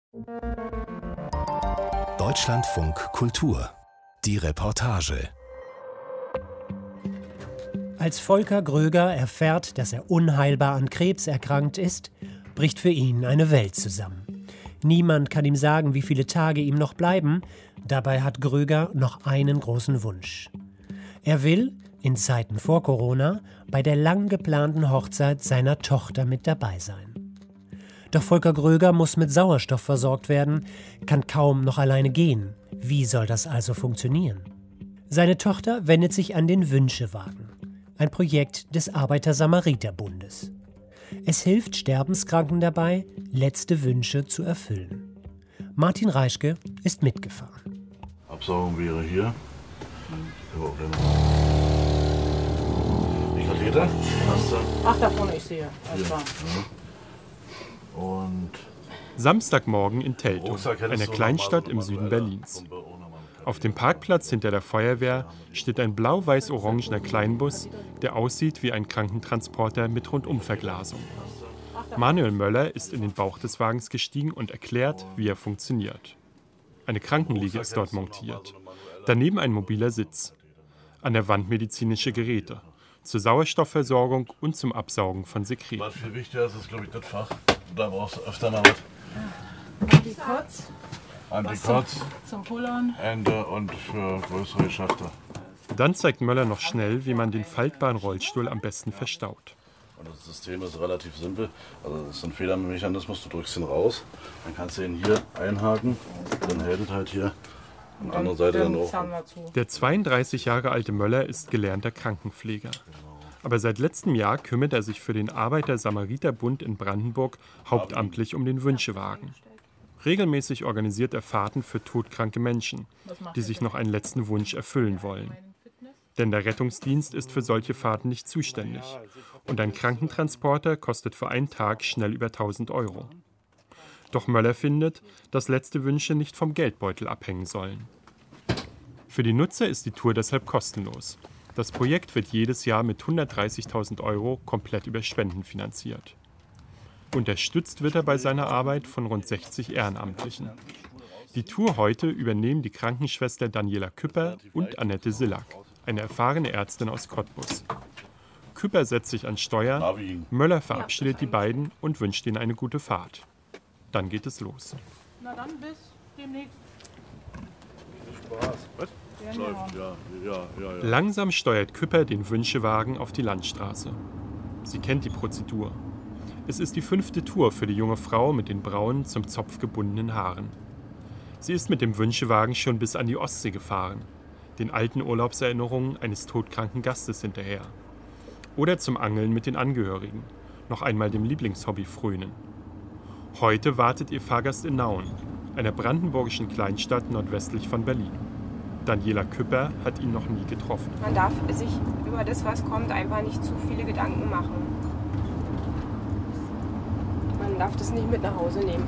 Deutschlandfunk Kultur. Die Reportage. Als Volker Gröger erfährt, dass er unheilbar an Krebs erkrankt ist, bricht für ihn eine Welt zusammen. Niemand kann ihm sagen, wie viele Tage ihm noch bleiben. Dabei hat Gröger noch einen großen Wunsch. Er will, in Zeiten vor Corona, bei der lang geplanten Hochzeit seiner Tochter mit dabei sein. Doch Volker Gröger muss mit Sauerstoff versorgt werden, kann kaum noch alleine gehen. Wie soll das also funktionieren? Seine Tochter wendet sich an den Wünschewagen, ein Projekt des Arbeiter-Samariter-Bundes. Es hilft Sterbenskranken dabei, letzte Wünsche zu erfüllen. Martin Reischke ist mitgefahren. Absaugung wäre hier. Die Katheter? Ach, da vorne, ich sehe. Alles klar. Und Samstagmorgen in Teltow, einer Kleinstadt im Süden Berlins. Auf dem Parkplatz hinter der Feuerwehr steht ein blau-weiß-orangener Kleinbus, der aussieht wie ein Krankentransporter mit Rundumverglasung. Manuel Möller ist in den Bauch des Wagens gestiegen und erklärt, wie er funktioniert. Eine Krankenliege ist dort montiert. Daneben ein mobiler Sitz. An der Wand medizinische Geräte. Zur Sauerstoffversorgung und zum Absaugen von Sekreten. Was viel wichtiger ist, ist, glaube ich, das Fach. Da brauchst du öfter mal was. Antikotz. Zum Pullern. Ende und für größere Geschäfte. Dann zeigt Möller noch schnell, wie man den faltbaren Rollstuhl am besten verstaut. Und das System ist relativ simpel. Also das ist ein Federmechanismus, du drückst ihn raus, dann kannst du ihn hier einhaken, dann hält es halt hier an der anderen Seite dann auch. Der 32 Jahre alte Möller ist gelernter Krankenpfleger. Aber seit letztem Jahr kümmert er sich für den Arbeiter-Samariter-Bund in Brandenburg hauptamtlich um den Wünschewagen. Regelmäßig organisiert er Fahrten für todkranke Menschen, die sich noch einen letzten Wunsch erfüllen wollen. Denn der Rettungsdienst ist für solche Fahrten nicht zuständig. Und ein Krankentransporter kostet für einen Tag schnell über 1.000 Euro. Doch Möller findet, dass letzte Wünsche nicht vom Geldbeutel abhängen sollen. Für die Nutzer ist die Tour deshalb kostenlos. Das Projekt wird jedes Jahr mit 130.000 Euro komplett über Spenden finanziert. Unterstützt wird er bei seiner Arbeit von rund 60 Ehrenamtlichen. Die Tour heute übernehmen die Krankenschwester Daniela Küpper und Annette Sillack, eine erfahrene Ärztin aus Cottbus. Küpper setzt sich an Steuer, Möller verabschiedet die beiden und wünscht ihnen eine gute Fahrt. Dann geht es los. Na dann, bis demnächst. Viel Spaß. Was? Läuft, ja. Langsam steuert Küpper den Wünschewagen auf die Landstraße. Sie kennt die Prozedur. Es ist die 5. Tour für die junge Frau mit den braunen, zum Zopf gebundenen Haaren. Sie ist mit dem Wünschewagen schon bis an die Ostsee gefahren, den alten Urlaubserinnerungen eines todkranken Gastes hinterher. Oder zum Angeln mit den Angehörigen, noch einmal dem Lieblingshobby frönen. Heute wartet ihr Fahrgast in Nauen, einer brandenburgischen Kleinstadt nordwestlich von Berlin. Daniela Küpper hat ihn noch nie getroffen. Man darf sich über das, was kommt, einfach nicht zu viele Gedanken machen. Man darf das nicht mit nach Hause nehmen.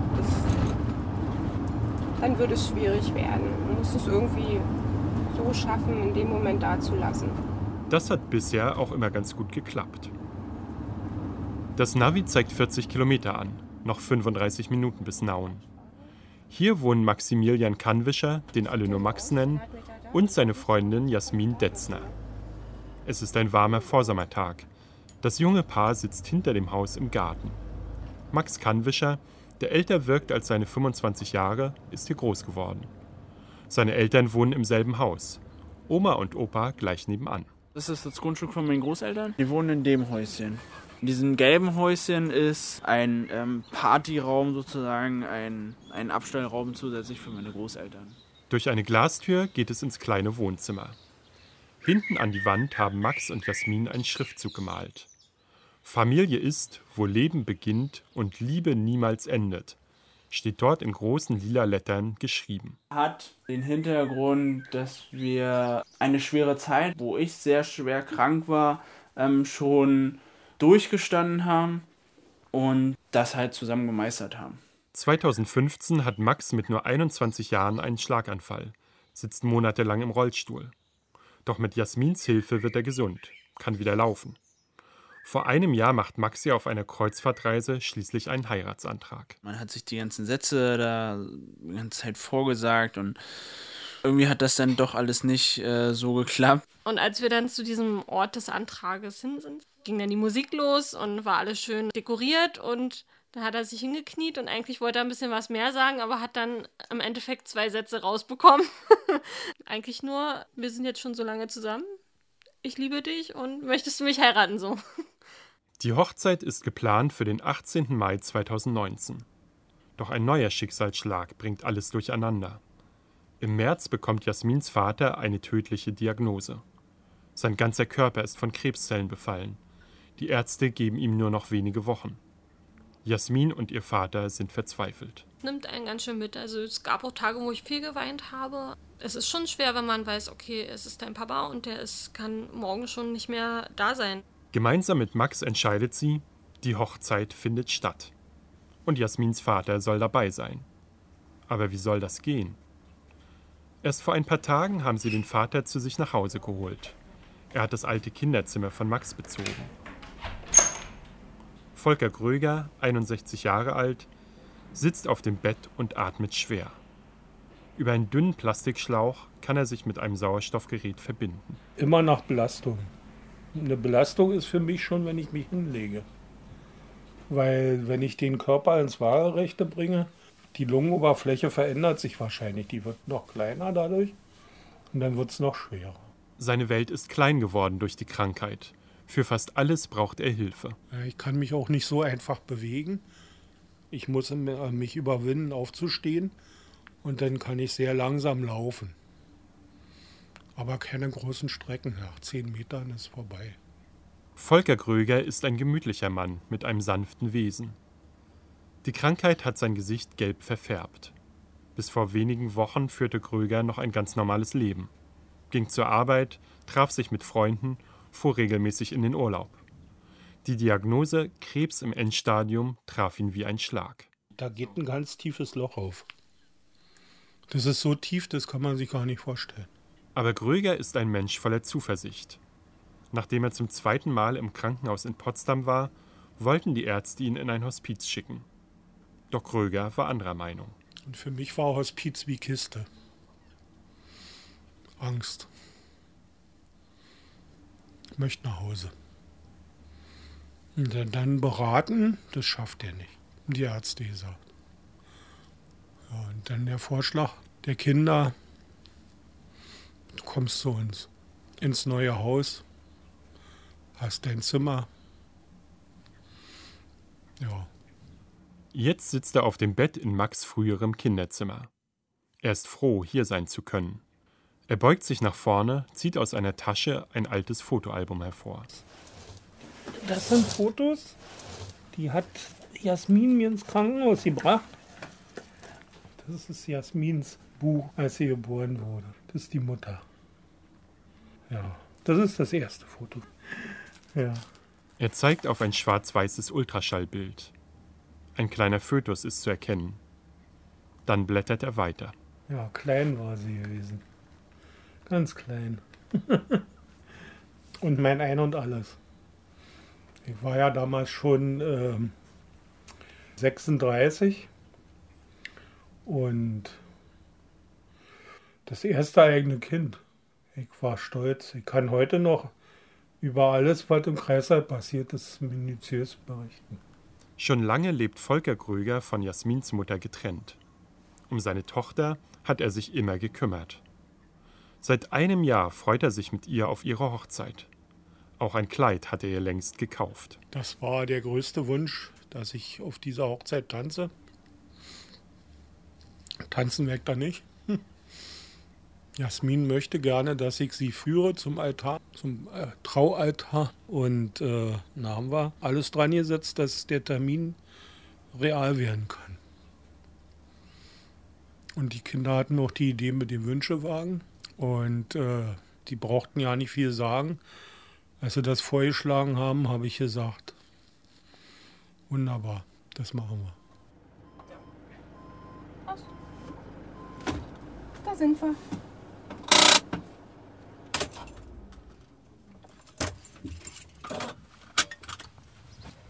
Dann würde es schwierig werden. Man muss es irgendwie so schaffen, in dem Moment dazulassen. Das hat bisher auch immer ganz gut geklappt. Das Navi zeigt 40 Kilometer an, noch 35 Minuten bis Nauen. Hier wohnen Maximilian Kannwischer, den alle nur Max nennen, und seine Freundin Jasmin Detzner. Es ist ein warmer Vorsommertag. Das junge Paar sitzt hinter dem Haus im Garten. Max Kannwischer, der älter wirkt als seine 25 Jahre, ist hier groß geworden. Seine Eltern wohnen im selben Haus. Oma und Opa gleich nebenan. Das ist das Grundstück von meinen Großeltern. Die wohnen in dem Häuschen. In diesem gelben Häuschen ist ein Partyraum sozusagen, ein Abstellraum zusätzlich für meine Großeltern. Durch eine Glastür geht es ins kleine Wohnzimmer. Hinten an die Wand haben Max und Jasmin einen Schriftzug gemalt. Familie ist, wo Leben beginnt und Liebe niemals endet, steht dort in großen lila Lettern geschrieben. Hat den Hintergrund, dass wir eine schwere Zeit, wo ich sehr schwer krank war, schon durchgestanden haben und das halt zusammen gemeistert haben. 2015 hat Max mit nur 21 Jahren einen Schlaganfall, sitzt monatelang im Rollstuhl. Doch mit Jasmins Hilfe wird er gesund, kann wieder laufen. Vor einem Jahr macht Maxi auf einer Kreuzfahrtreise schließlich einen Heiratsantrag. Man hat sich die ganzen Sätze da die ganze Zeit vorgesagt und irgendwie hat das dann doch alles nicht so geklappt. Und als wir dann zu diesem Ort des Antrages hin sind, ging dann die Musik los und war alles schön dekoriert und dann hat er sich hingekniet und eigentlich wollte er ein bisschen was mehr sagen, aber hat dann im Endeffekt 2 Sätze rausbekommen. Eigentlich nur, wir sind jetzt schon so lange zusammen, ich liebe dich und möchtest du mich heiraten so. Die Hochzeit ist geplant für den 18. Mai 2019. Doch ein neuer Schicksalsschlag bringt alles durcheinander. Im März bekommt Jasmins Vater eine tödliche Diagnose. Sein ganzer Körper ist von Krebszellen befallen. Die Ärzte geben ihm nur noch wenige Wochen. Jasmin und ihr Vater sind verzweifelt. Nimmt einen ganz schön mit. Also es gab auch Tage, wo ich viel geweint habe. Es ist schon schwer, wenn man weiß, okay, es ist dein Papa und kann morgen schon nicht mehr da sein. Gemeinsam mit Max entscheidet sie, die Hochzeit findet statt. Und Jasmins Vater soll dabei sein. Aber wie soll das gehen? Erst vor ein paar Tagen haben sie den Vater zu sich nach Hause geholt. Er hat das alte Kinderzimmer von Max bezogen. Volker Gröger, 61 Jahre alt, sitzt auf dem Bett und atmet schwer. Über einen dünnen Plastikschlauch kann er sich mit einem Sauerstoffgerät verbinden. Immer nach Belastung. Eine Belastung ist für mich schon, wenn ich mich hinlege. Weil wenn ich den Körper ins Waagerechte bringe, die Lungenoberfläche verändert sich wahrscheinlich. Die wird noch kleiner dadurch und dann wird es noch schwerer. Seine Welt ist klein geworden durch die Krankheit. Für fast alles braucht er Hilfe. Ich kann mich auch nicht so einfach bewegen. Ich muss mich überwinden, aufzustehen und dann kann ich sehr langsam laufen. Aber keine großen Strecken. Nach 10 Metern ist vorbei. Volker Gröger ist ein gemütlicher Mann mit einem sanften Wesen. Die Krankheit hat sein Gesicht gelb verfärbt. Bis vor wenigen Wochen führte Gröger noch ein ganz normales Leben. Ging zur Arbeit, traf sich mit Freunden, fuhr regelmäßig in den Urlaub. Die Diagnose Krebs im Endstadium traf ihn wie ein Schlag. Da geht ein ganz tiefes Loch auf. Das ist so tief, das kann man sich gar nicht vorstellen. Aber Gröger ist ein Mensch voller Zuversicht. Nachdem er zum 2. Mal im Krankenhaus in Potsdam war, wollten die Ärzte ihn in ein Hospiz schicken. Doch Gröger war anderer Meinung. Und für mich war Hospiz wie Kiste. Angst. Ich möchte nach Hause. Und dann beraten, das schafft er nicht, haben die Ärzte gesagt. Ja, und dann der Vorschlag der Kinder, du kommst zu uns ins neue Haus, hast dein Zimmer. Ja. Jetzt sitzt er auf dem Bett in Max' früherem Kinderzimmer. Er ist froh, hier sein zu können. Er beugt sich nach vorne, zieht aus einer Tasche ein altes Fotoalbum hervor. Das sind Fotos, die hat Jasmin mir ins Krankenhaus gebracht. Das ist Jasmins Buch, als sie geboren wurde. Das ist die Mutter. Ja, das ist das erste Foto. Ja. Er zeigt auf ein schwarz-weißes Ultraschallbild. Ein kleiner Fötus ist zu erkennen. Dann blättert er weiter. Ja, klein war sie gewesen. Ganz klein. Und mein Ein und Alles. Ich war ja damals schon 36 und das erste eigene Kind. Ich war stolz. Ich kann heute noch über alles, was im Kreißsaal passiert ist, minutiös berichten. Schon lange lebt Volker Gröger von Jasmins Mutter getrennt. Um seine Tochter hat er sich immer gekümmert. Seit einem Jahr freut er sich mit ihr auf ihre Hochzeit. Auch ein Kleid hat er ihr längst gekauft. Das war der größte Wunsch, dass ich auf dieser Hochzeit tanze. Tanzen weg da nicht. Jasmin möchte gerne, dass ich sie führe zum Altar, zum Traualtar. Und da haben wir alles dran gesetzt, dass der Termin real werden kann. Und die Kinder hatten noch die Idee mit dem Wünschewagen. Und die brauchten ja nicht viel sagen. Als sie das vorgeschlagen haben, habe ich gesagt, wunderbar, das machen wir. Da sind wir.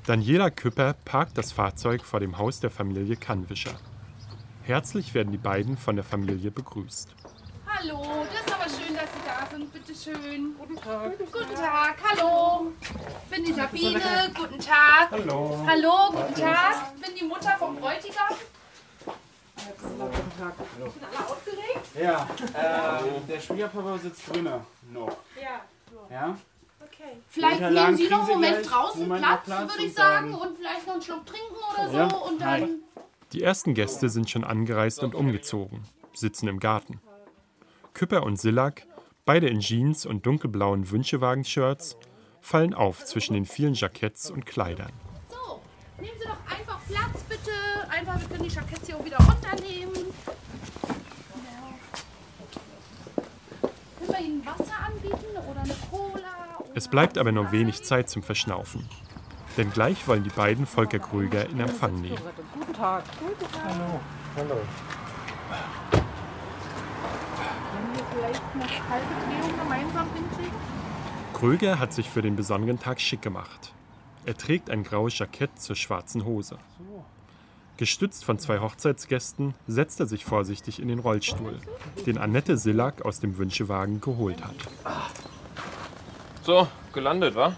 Daniela Küpper parkt das Fahrzeug vor dem Haus der Familie Kannwischer. Herzlich werden die beiden von der Familie begrüßt. Hallo, das ist aber schön, dass Sie da sind. Bitte schön. Guten Tag. Guten Tag, hallo. Ich bin die Sabine. Guten Tag. Hallo. Hallo, guten Tag. Ich bin die Mutter vom Bräutigam. Guten Tag. Sind alle aufgeregt? Ja, der Schwiegerpapa sitzt drinnen noch. Ja? Okay. Vielleicht nehmen Unterlagen Sie noch einen kriegen Sie Moment gleich. draußen Moment Platz, noch Platz würde ich und sagen. dann- Und vielleicht noch einen Schluck trinken oder so. Ja. Und dann... Die ersten Gäste sind schon angereist und umgezogen, sitzen im Garten. Küpper und Sillack, beide in Jeans und dunkelblauen Wünschewagen-Shirts, fallen auf zwischen den vielen Jacketts und Kleidern. So, nehmen Sie doch einfach Platz, bitte. Einfach, wir können die Jacketts hier auch wieder runternehmen. Können wir Ihnen Wasser anbieten oder eine Cola? Oder Es bleibt aber nur wenig Zeit zum Verschnaufen. Denn gleich wollen die beiden Volker Kröger in Empfang nehmen. Guten Tag. Hallo. Hallo. Können wir vielleicht eine kalte Drehung gemeinsam hinkriegen? Kröger hat sich für den besonderen Tag schick gemacht. Er trägt ein graues Jackett zur schwarzen Hose. Gestützt von 2 Hochzeitsgästen setzt er sich vorsichtig in den Rollstuhl, den Annette Sillack aus dem Wünschewagen geholt hat. So, gelandet, wa?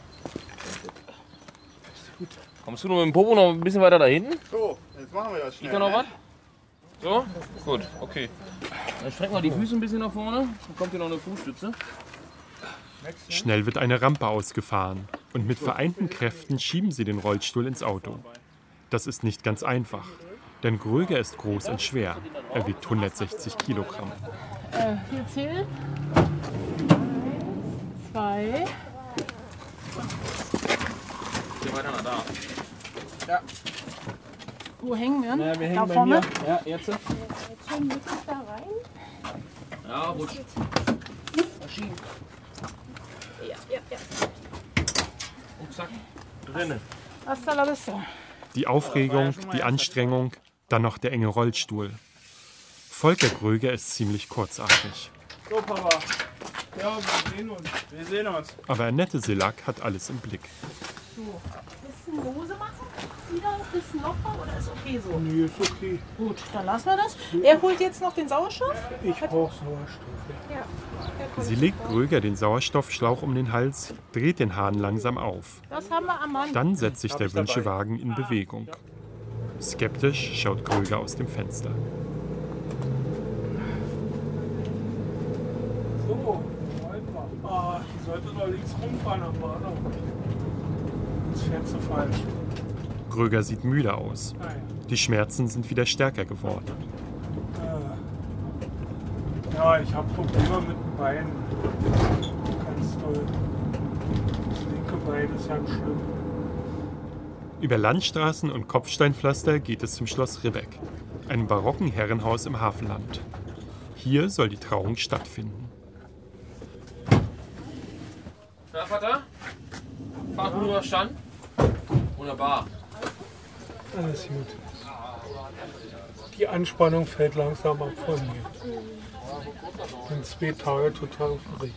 Kommst du nur mit dem Popo noch ein bisschen weiter da hinten? So, jetzt machen wir das schnell. Liegt da noch was? So? Gut, okay. Dann strecken wir die Füße ein bisschen nach vorne. Dann kommt hier noch eine Fußstütze. Schnell wird eine Rampe ausgefahren und mit vereinten Kräften schieben sie den Rollstuhl ins Auto. Das ist nicht ganz einfach, denn Kröger ist groß und schwer. Er wiegt 160 Kilogramm. Hier zählt. 1, 2. Hier weiter nach da. Ja. Wo hängen wir? Ja, wir Da hängen bei vorne? mir. Ja, jetzt. Jetzt schon wirklich da rein? Ja, rutsch. Verschieben. Ja. Und zack. Drinnen. Hasta la vista. Die Aufregung, die Anstrengung, dann noch der enge Rollstuhl. Volker Kröger ist ziemlich kurzatmig. So, Papa. Ja, wir sehen uns. Wir sehen uns. Aber Annette Sillack hat alles im Blick. Bisschen lose machen? Wieder ein bisschen locker oder ist okay so? Nee, ist okay. Gut, dann lassen wir das. Er holt jetzt noch den Sauerstoff. Ich brauche Sauerstoff. Sie legt Kröger den Sauerstoffschlauch um den Hals, dreht den Hahn langsam auf. Das haben wir am Mann. Dann setzt sich der Wünschewagen in Bewegung. Skeptisch schaut Kröger aus dem Fenster. So, weiter. Ah, ich sollte doch links rumfahren am Bahnhof. Jetzt fährt sie falsch. Kröger sieht müde aus. Ah, ja. Die Schmerzen sind wieder stärker geworden. Ja, ich habe Probleme mit dem Bein. Ganz toll. Das linke Bein ist ganz schlimm. Über Landstraßen und Kopfsteinpflaster geht es zum Schloss Ribbeck, einem barocken Herrenhaus im Hafenland. Hier soll die Trauung stattfinden. Na, Vater? Fahr gut überstanden? Wunderbar. Alles gut. Die Anspannung fällt langsam ab von mir. Bin 2 Tage total aufgeregt.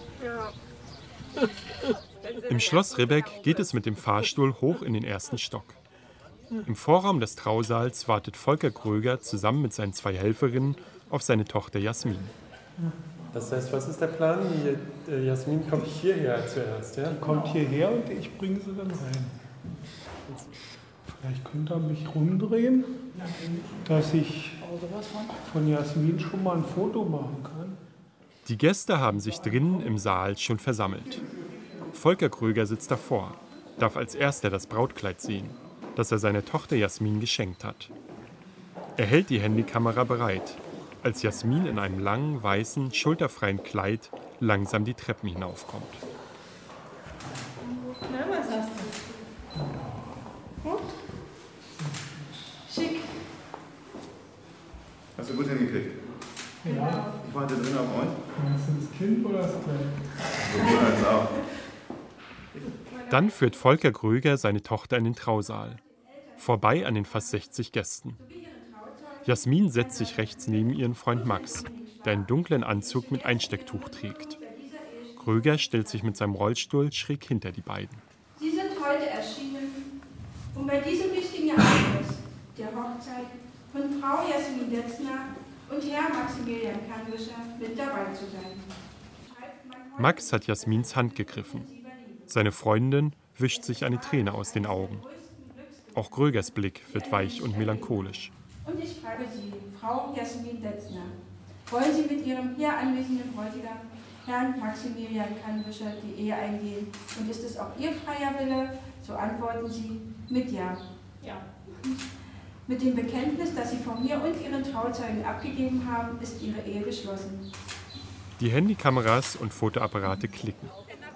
Im Schloss Ribbeck geht es mit dem Fahrstuhl hoch in den 1. Stock. Im Vorraum des Trausaals wartet Volker Kröger zusammen mit seinen 2 Helferinnen auf seine Tochter Jasmin. Das heißt, was ist der Plan? Die Jasmin kommt hierher zuerst, ja? Die kommt hierher und ich bringe sie dann rein. Vielleicht könnt ihr mich rumdrehen, dass ich von Jasmin schon mal ein Foto machen kann. Die Gäste haben sich drinnen im Saal schon versammelt. Volker Kröger sitzt davor, darf als erster das Brautkleid sehen, das er seiner Tochter Jasmin geschenkt hat. Er hält die Handykamera bereit, als Jasmin in einem langen, weißen, schulterfreien Kleid langsam die Treppen hinaufkommt. Na, was hast du? Gut? Schick. Hast du gut hingekriegt? Ja. Ich warte drin auf euch. Meinst du das Kind oder das Kleid? So als auch. Dann führt Volker Kröger seine Tochter in den Trausaal, vorbei an den fast 60 Gästen. Jasmin setzt sich rechts neben ihren Freund Max, der einen dunklen Anzug mit Einstecktuch trägt. Kröger stellt sich mit seinem Rollstuhl schräg hinter die beiden. Sie sind heute erschienen, um bei diesem wichtigen Ereignis, der Hochzeit von Frau Jasmin Detzner und Herr Maximilian Kannwischer mit dabei zu sein. Max hat Jasmins Hand gegriffen. Seine Freundin wischt sich eine Träne aus den Augen. Auch Grögers Blick wird weich und melancholisch. Und ich frage Sie, Frau Jasmin Detzner, wollen Sie mit Ihrem hier anwesenden Bräutigam, Herrn Maximilian Kannwischer, die Ehe eingehen? Und ist es auch Ihr freier Wille? So antworten Sie mit Ja. Ja. Mit dem Bekenntnis, das Sie von mir und Ihren Trauzeugen abgegeben haben, ist Ihre Ehe geschlossen. Die Handykameras und Fotoapparate klicken.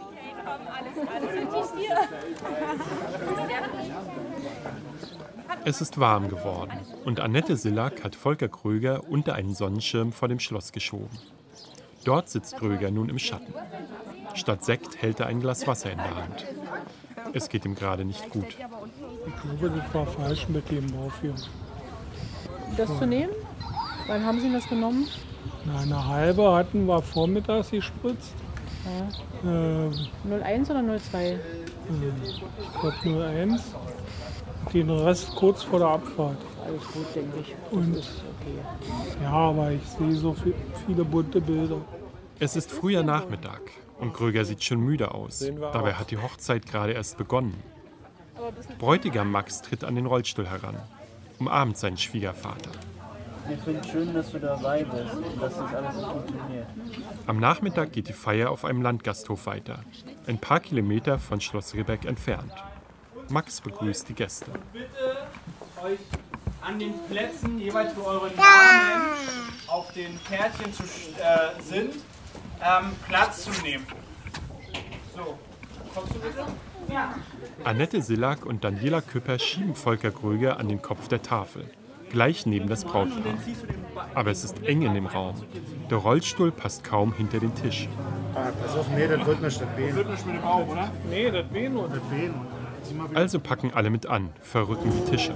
Es ist warm geworden und Annette Sillack hat Volker Gröger unter einen Sonnenschirm vor dem Schloss geschoben. Dort sitzt Gröger nun im Schatten. Statt Sekt hält er ein Glas Wasser in der Hand. Es geht ihm gerade nicht gut. Ich glaube, das war falsch mit dem Morphium. Das zu nehmen? Wann haben Sie das genommen? Na, eine halbe hatten wir vormittags gespritzt. Ja. 01 oder 02? Ich glaube 01. Den Rest kurz vor der Abfahrt. Alles gut, denke ich. Und, das ist okay. Ja, aber ich sehe so viele bunte Bilder. Es ist früher Nachmittag und Gröger sieht schon müde aus. Dabei hat die Hochzeit gerade erst begonnen. Bräutigam Max tritt an den Rollstuhl heran, umarmt seinen Schwiegervater. Ich finde es schön, dass du dabei bist und dass das alles so funktioniert. Am Nachmittag geht die Feier auf einem Landgasthof weiter, ein paar Kilometer von Schloss Ribbeck entfernt. Max begrüßt die Gäste. Bitte euch an den Plätzen jeweils, wo eure Namen auf den Kärtchen sind, Platz zu nehmen. So, kommst du bitte? Ja. Annette Sillack und Daniela Küpper schieben Volker Gröger an den Kopf der Tafel, gleich neben das Brautpaar. Aber es ist eng in dem Raum. Der Rollstuhl passt kaum hinter den Tisch. Pass auf, nee, das wird nicht das Bein. Das wird nicht mit dem Bauch, oder? Nee, das Bein nur. Das Bein. Also packen alle mit an, verrücken die Tische.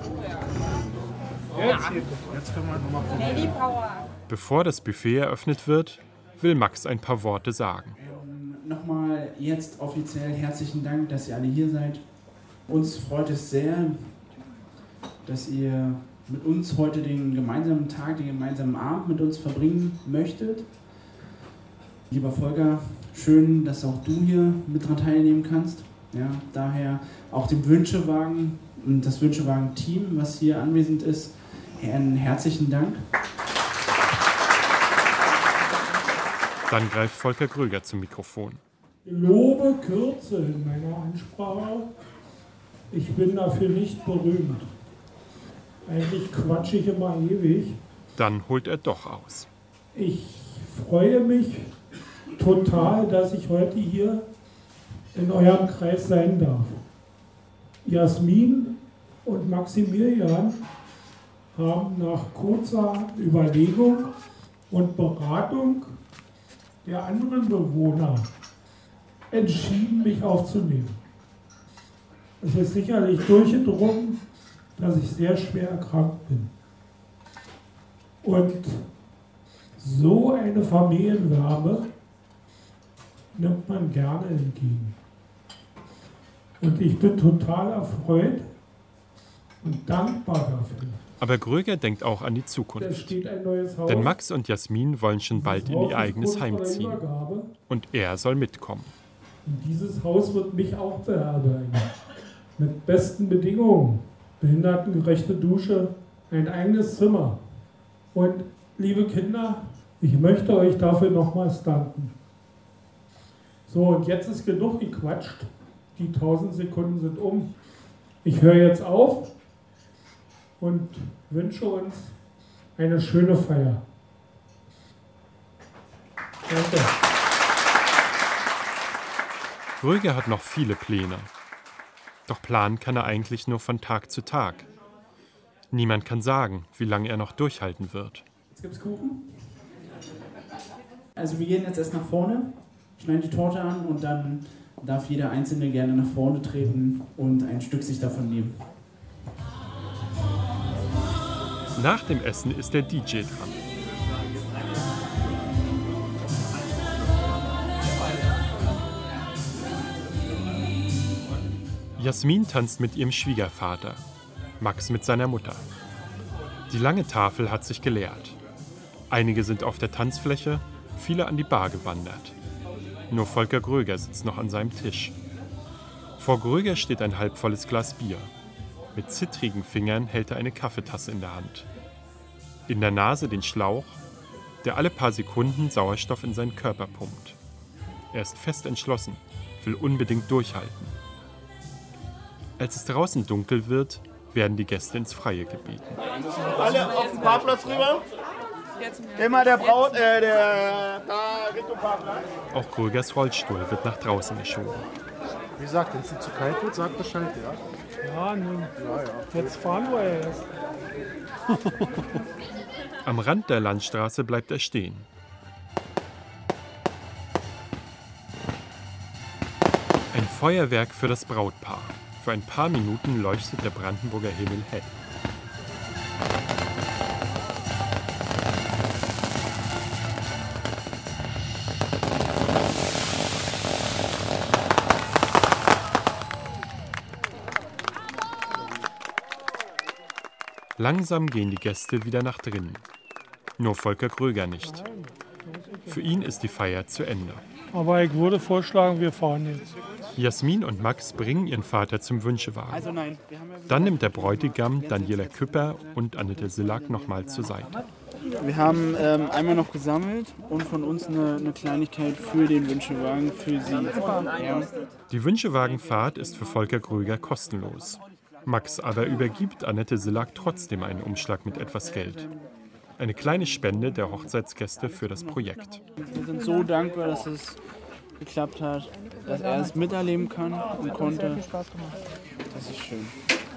Jetzt können wir nochmal probieren. Bevor das Buffet eröffnet wird, will Max ein paar Worte sagen. Nochmal jetzt offiziell herzlichen Dank, dass ihr alle hier seid. Uns freut es sehr, dass ihr mit uns heute den gemeinsamen Tag, den gemeinsamen Abend mit uns verbringen möchtet. Lieber Volker, schön, dass auch du hier mit daran teilnehmen kannst. Ja, daher auch dem Wünschewagen und das Wünschewagen-Team, was hier anwesend ist, einen herzlichen Dank. Dann greift Volker Gröger zum Mikrofon. Ich lobe Kürze in meiner Ansprache. Ich bin dafür nicht berühmt. Eigentlich quatsche ich immer ewig. Dann holt er doch aus. Ich freue mich total, dass ich heute hier in eurem Kreis sein darf. Jasmin und Maximilian haben nach kurzer Überlegung und Beratung der anderen Bewohner entschieden, mich aufzunehmen. Es ist sicherlich durchgedrungen, dass ich sehr schwer erkrankt bin. Und so eine Familienwärme nimmt man gerne entgegen. Und ich bin total erfreut und dankbar dafür. Aber Gröger denkt auch an die Zukunft. Es steht ein neues Haus. Denn Max und Jasmin wollen schon bald in ihr eigenes Heim ziehen. Und er soll mitkommen. Und dieses Haus wird mich auch beherbergen. Mit besten Bedingungen. Behindertengerechte Dusche, ein eigenes Zimmer. Und liebe Kinder, ich möchte euch dafür nochmals danken. So, und jetzt ist genug gequatscht. Die 1000 Sekunden sind um. Ich höre jetzt auf und wünsche uns eine schöne Feier. Danke. Gröger hat noch viele Pläne. Doch planen kann er eigentlich nur von Tag zu Tag. Niemand kann sagen, wie lange er noch durchhalten wird. Jetzt gibt's Kuchen. Also wir gehen jetzt erst nach vorne, schneiden die Torte an und dann darf jeder Einzelne gerne nach vorne treten und ein Stück sich davon nehmen. Nach dem Essen ist der DJ dran. Jasmin tanzt mit ihrem Schwiegervater. Max mit seiner Mutter. Die lange Tafel hat sich geleert. Einige sind auf der Tanzfläche, viele an die Bar gewandert. Nur Volker Gröger sitzt noch an seinem Tisch. Vor Gröger steht ein halbvolles Glas Bier. Mit zittrigen Fingern hält er eine Kaffeetasse in der Hand. In der Nase den Schlauch, der alle paar Sekunden Sauerstoff in seinen Körper pumpt. Er ist fest entschlossen, will unbedingt durchhalten. Als es draußen dunkel wird, werden die Gäste ins Freie gebeten. Alle auf den Parkplatz rüber. Immer der Braut, da Richtung Parkplatz. Auch Grögers Rollstuhl wird nach draußen geschoben. Wie gesagt, wenn es zu kalt wird, sagt Bescheid, ja? Ja, nun. Ja. Jetzt fahren wir erst. Am Rand der Landstraße bleibt er stehen. Ein Feuerwerk für das Brautpaar. Für ein paar Minuten leuchtet der Brandenburger Himmel hell. Langsam gehen die Gäste wieder nach drinnen. Nur Volker Gröger nicht. Für ihn ist die Feier zu Ende. Aber ich würde vorschlagen, wir fahren jetzt. Jasmin und Max bringen ihren Vater zum Wünschewagen. Also nein. Dann nimmt der Bräutigam Daniela Küpper und Annette Sillack nochmal zur Seite. Wir haben einmal noch gesammelt und von uns eine Kleinigkeit für den Wünschewagen, für Sie. Ja. Die Wünschewagenfahrt ist für Volker Gröger kostenlos. Max aber übergibt Annette Sillack trotzdem einen Umschlag mit etwas Geld. Eine kleine Spende der Hochzeitsgäste für das Projekt. Wir sind so dankbar, dass es geklappt hat, dass er es miterleben kann und konnte. Das ist schön.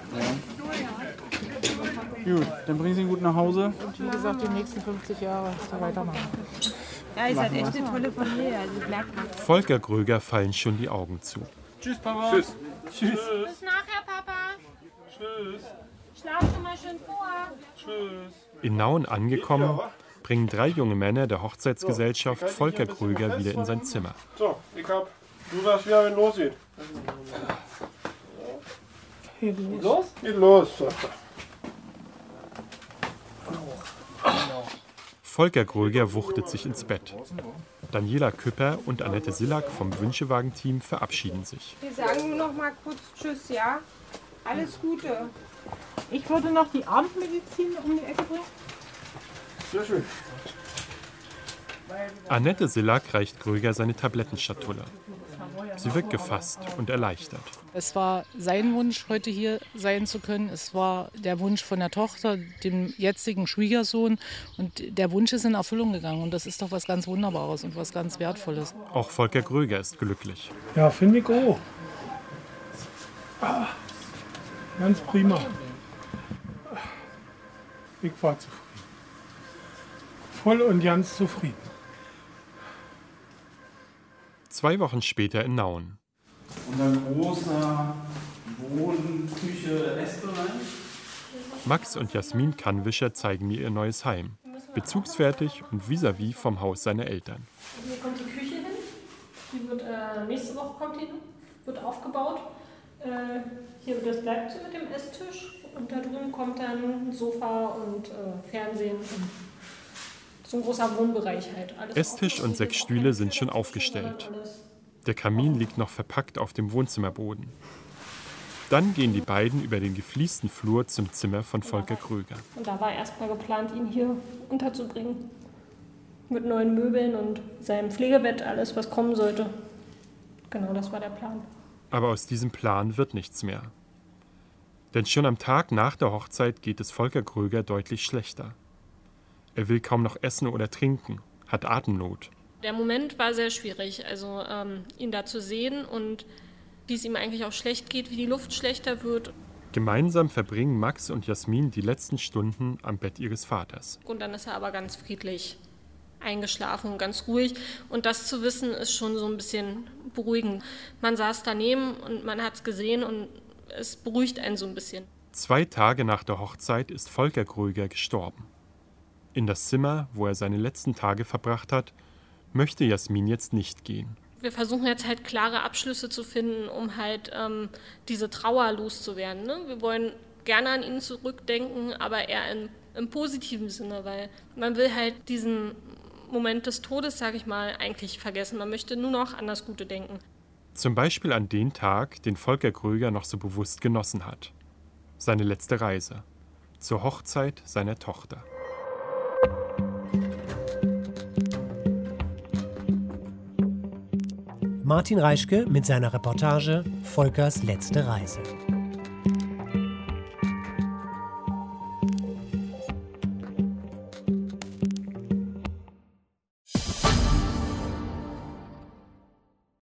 Ja. Gut, dann bringen Sie ihn gut nach Hause. Und wie gesagt, die nächsten 50 Jahre so weitermachen. Ja, ihr seid echt eine tolle Familie, also merkt man. Volker Gröger fallen schon die Augen zu. Tschüss, Papa. Tschüss. Tschüss. Bis nachher, Papa. Tschüss. Schlaf schon mal schön vor. Tschüss. In Nauen angekommen, bringen 3 junge Männer der Hochzeitsgesellschaft Volker Gröger wieder in sein Zimmer. So, du sagst wieder, wenn losgeht. Geht los. Los? Geht los, sagt er. Volker Gröger wuchtet sich ins Bett. Daniela Küpper und Annette Sillack vom Wünschewagen-Team verabschieden sich. Wir sagen nur noch mal kurz Tschüss, ja? Alles Gute. Ich würde noch die Abendmedizin um die Ecke bringen. Sehr schön. Annette Sillack reicht Gröger seine Tablettenschatulle. Sie wirkt gefasst und erleichtert. Es war sein Wunsch, heute hier sein zu können. Es war der Wunsch von der Tochter, dem jetzigen Schwiegersohn. Und der Wunsch ist in Erfüllung gegangen. Und das ist doch was ganz Wunderbares und was ganz Wertvolles. Auch Volker Gröger ist glücklich. Ja, finde ich auch. Ganz prima. Ich war zufrieden. Voll und ganz zufrieden. 2 Wochen später in Nauen. Unser großer Wohn-, Küche-, Essbereich. Max und Jasmin Kannwischer zeigen mir ihr neues Heim. Bezugsfertig und vis-à-vis vom Haus seiner Eltern. Hier kommt die Küche hin. Die wird nächste Woche kommt die, wird aufgebaut. Hier wird das Bleibzimmer mit dem Esstisch. Und da drüben kommt dann ein Sofa und Fernsehen. So ein großer Wohnbereich halt. Alles Esstisch und 6 Stühle sind schon aufgestellt. Der Kamin liegt noch verpackt auf dem Wohnzimmerboden. Dann gehen die beiden über den gefliesten Flur zum Zimmer von Volker Gröger. Und da war erstmal geplant, ihn hier unterzubringen. Mit neuen Möbeln und seinem Pflegebett, alles was kommen sollte. Genau, das war der Plan. Aber aus diesem Plan wird nichts mehr. Denn schon am Tag nach der Hochzeit geht es Volker Gröger deutlich schlechter. Er will kaum noch essen oder trinken, hat Atemnot. Der Moment war sehr schwierig, also ihn da zu sehen und wie es ihm eigentlich auch schlecht geht, wie die Luft schlechter wird. Gemeinsam verbringen Max und Jasmin die letzten Stunden am Bett ihres Vaters. Und dann ist er aber ganz friedlich eingeschlafen und ganz ruhig. Und das zu wissen, ist schon so ein bisschen beruhigend. Man saß daneben und man hat es gesehen und es beruhigt einen so ein bisschen. 2 Tage nach der Hochzeit ist Volker Gröger gestorben. In das Zimmer, wo er seine letzten Tage verbracht hat, möchte Jasmin jetzt nicht gehen. Wir versuchen jetzt halt klare Abschlüsse zu finden, um halt diese Trauer loszuwerden. Ne? Wir wollen gerne an ihn zurückdenken, aber eher im positiven Sinne, weil man will halt diesen Moment des Todes, sage ich mal, eigentlich vergessen. Man möchte nur noch an das Gute denken. Zum Beispiel an den Tag, den Volker Gröger noch so bewusst genossen hat. Seine letzte Reise. Zur Hochzeit seiner Tochter. Martin Reischke mit seiner Reportage Volkers letzte Reise.